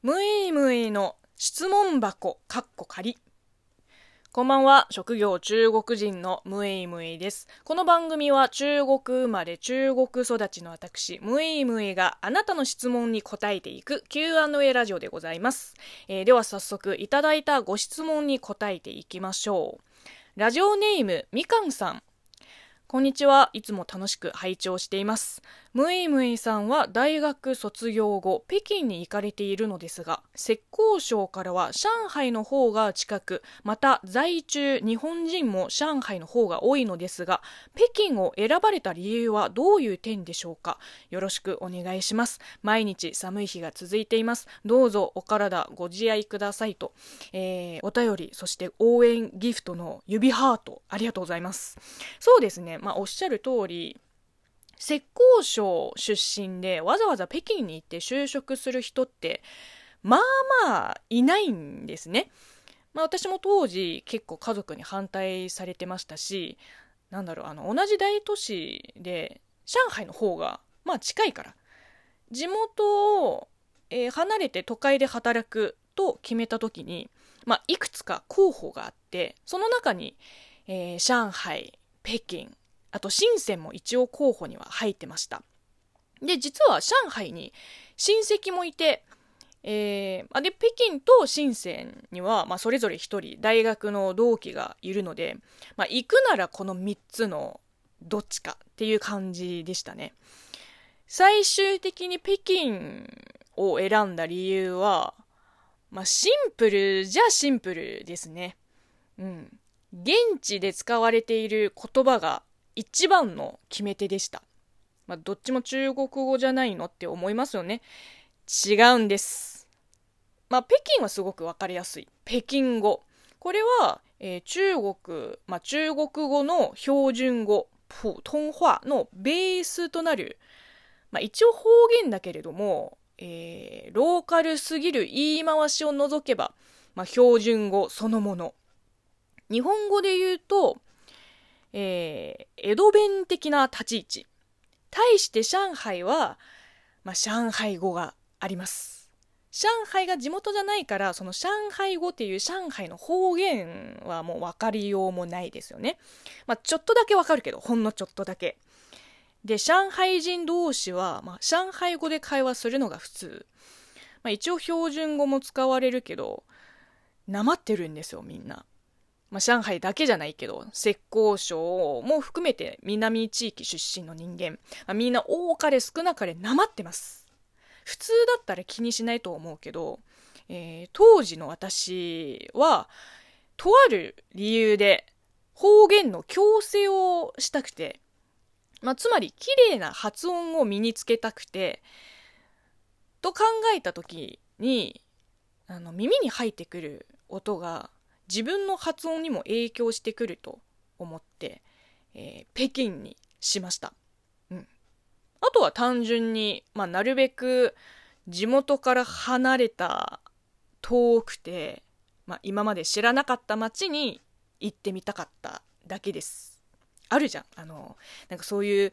むいむいの質問箱仮。こんばんは。職業中国人のむいむいです。この番組は中国生まれ中国育ちの私むいむいがあなたの質問に答えていく Q&A ラジオでございます。では早速いただいたご質問に答えていきましょう。ラジオネームみかんさん、こんにちは。いつも楽しく拝聴しています。むいむいさんは大学卒業後、北京に行かれているのですが、浙江省からは上海の方が近く、また在中日本人も上海の方が多いのですが、北京を選ばれた理由はどういう点でしょうか。よろしくお願いします。毎日寒い日が続いています。どうぞお体ご自愛くださいと、お便り、そして応援ギフトの指ハート、ありがとうございます。そうですね。おっしゃる通り、浙江省出身でわざわざ北京に行って就職する人ってまあいないんですね。私も当時結構家族に反対されてましたし、同じ大都市で上海の方が近いから地元を、離れて都会で働くと決めた時に、いくつか候補があって、その中に、上海、北京、あと深センも一応候補には入ってました。で、実は上海に親戚もいて、で北京と深センには、それぞれ一人大学の同期がいるので、行くならこの3つのどっちかっていう感じでしたね。最終的に北京を選んだ理由は、シンプルじゃシンプルですね。現地で使われている言葉が一番の決め手でした。どっちも中国語じゃないのって思いますよね。違うんです。北京はすごくわかりやすい。北京語。これは、中国語の標準語、普通話のベースとなる、一応方言だけれども、ローカルすぎる言い回しを除けば、標準語そのもの。日本語で言うと、江戸弁的な立ち位置。対して上海は、上海語があります。上海が地元じゃないから、その上海語っていう上海の方言はもう分かりようもないですよね。ちょっとだけ分かるけど、ほんのちょっとだけ。で、上海人同士は、上海語で会話するのが普通。一応標準語も使われるけど、なまってるんですよ、みんな。上海だけじゃないけど、浙江省も含めて南地域出身の人間、みんな多かれ少なかれなまってます。普通だったら気にしないと思うけど、当時の私は、とある理由で方言の矯正をしたくて、つまり綺麗な発音を身につけたくて、と考えたときに、耳に入ってくる音が、自分の発音にも影響してくると思って、北京にしました。あとは単純に、なるべく地元から離れた遠くて、今まで知らなかった街に行ってみたかっただけです。あるじゃん。そういう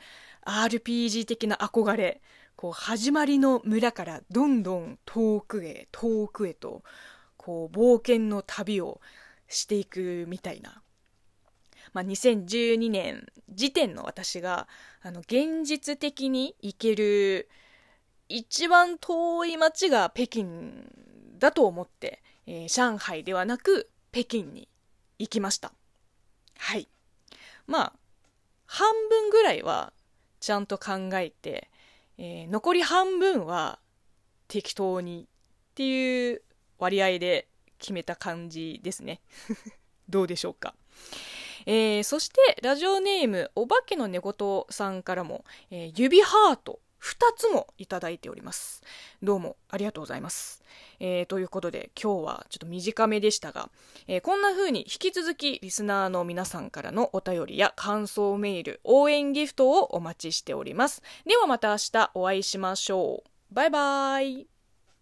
RPG 的な憧れ。始まりの村からどんどん遠くへと、冒険の旅をしていくみたいな。2012年時点の私が、現実的に行ける一番遠い街が北京だと思って、上海ではなく北京に行きました。はい。半分ぐらいはちゃんと考えて、残り半分は適当にっていう割合で決めた感じですね。どうでしょうか。そしてラジオネームお化けの寝言さんからも、指ハート2つもいただいております。どうもありがとうございます。ということで今日はちょっと短めでしたが、こんな風に引き続きリスナーの皆さんからのお便りや感想メール、応援ギフトをお待ちしております。ではまた明日お会いしましょう。バイバイ。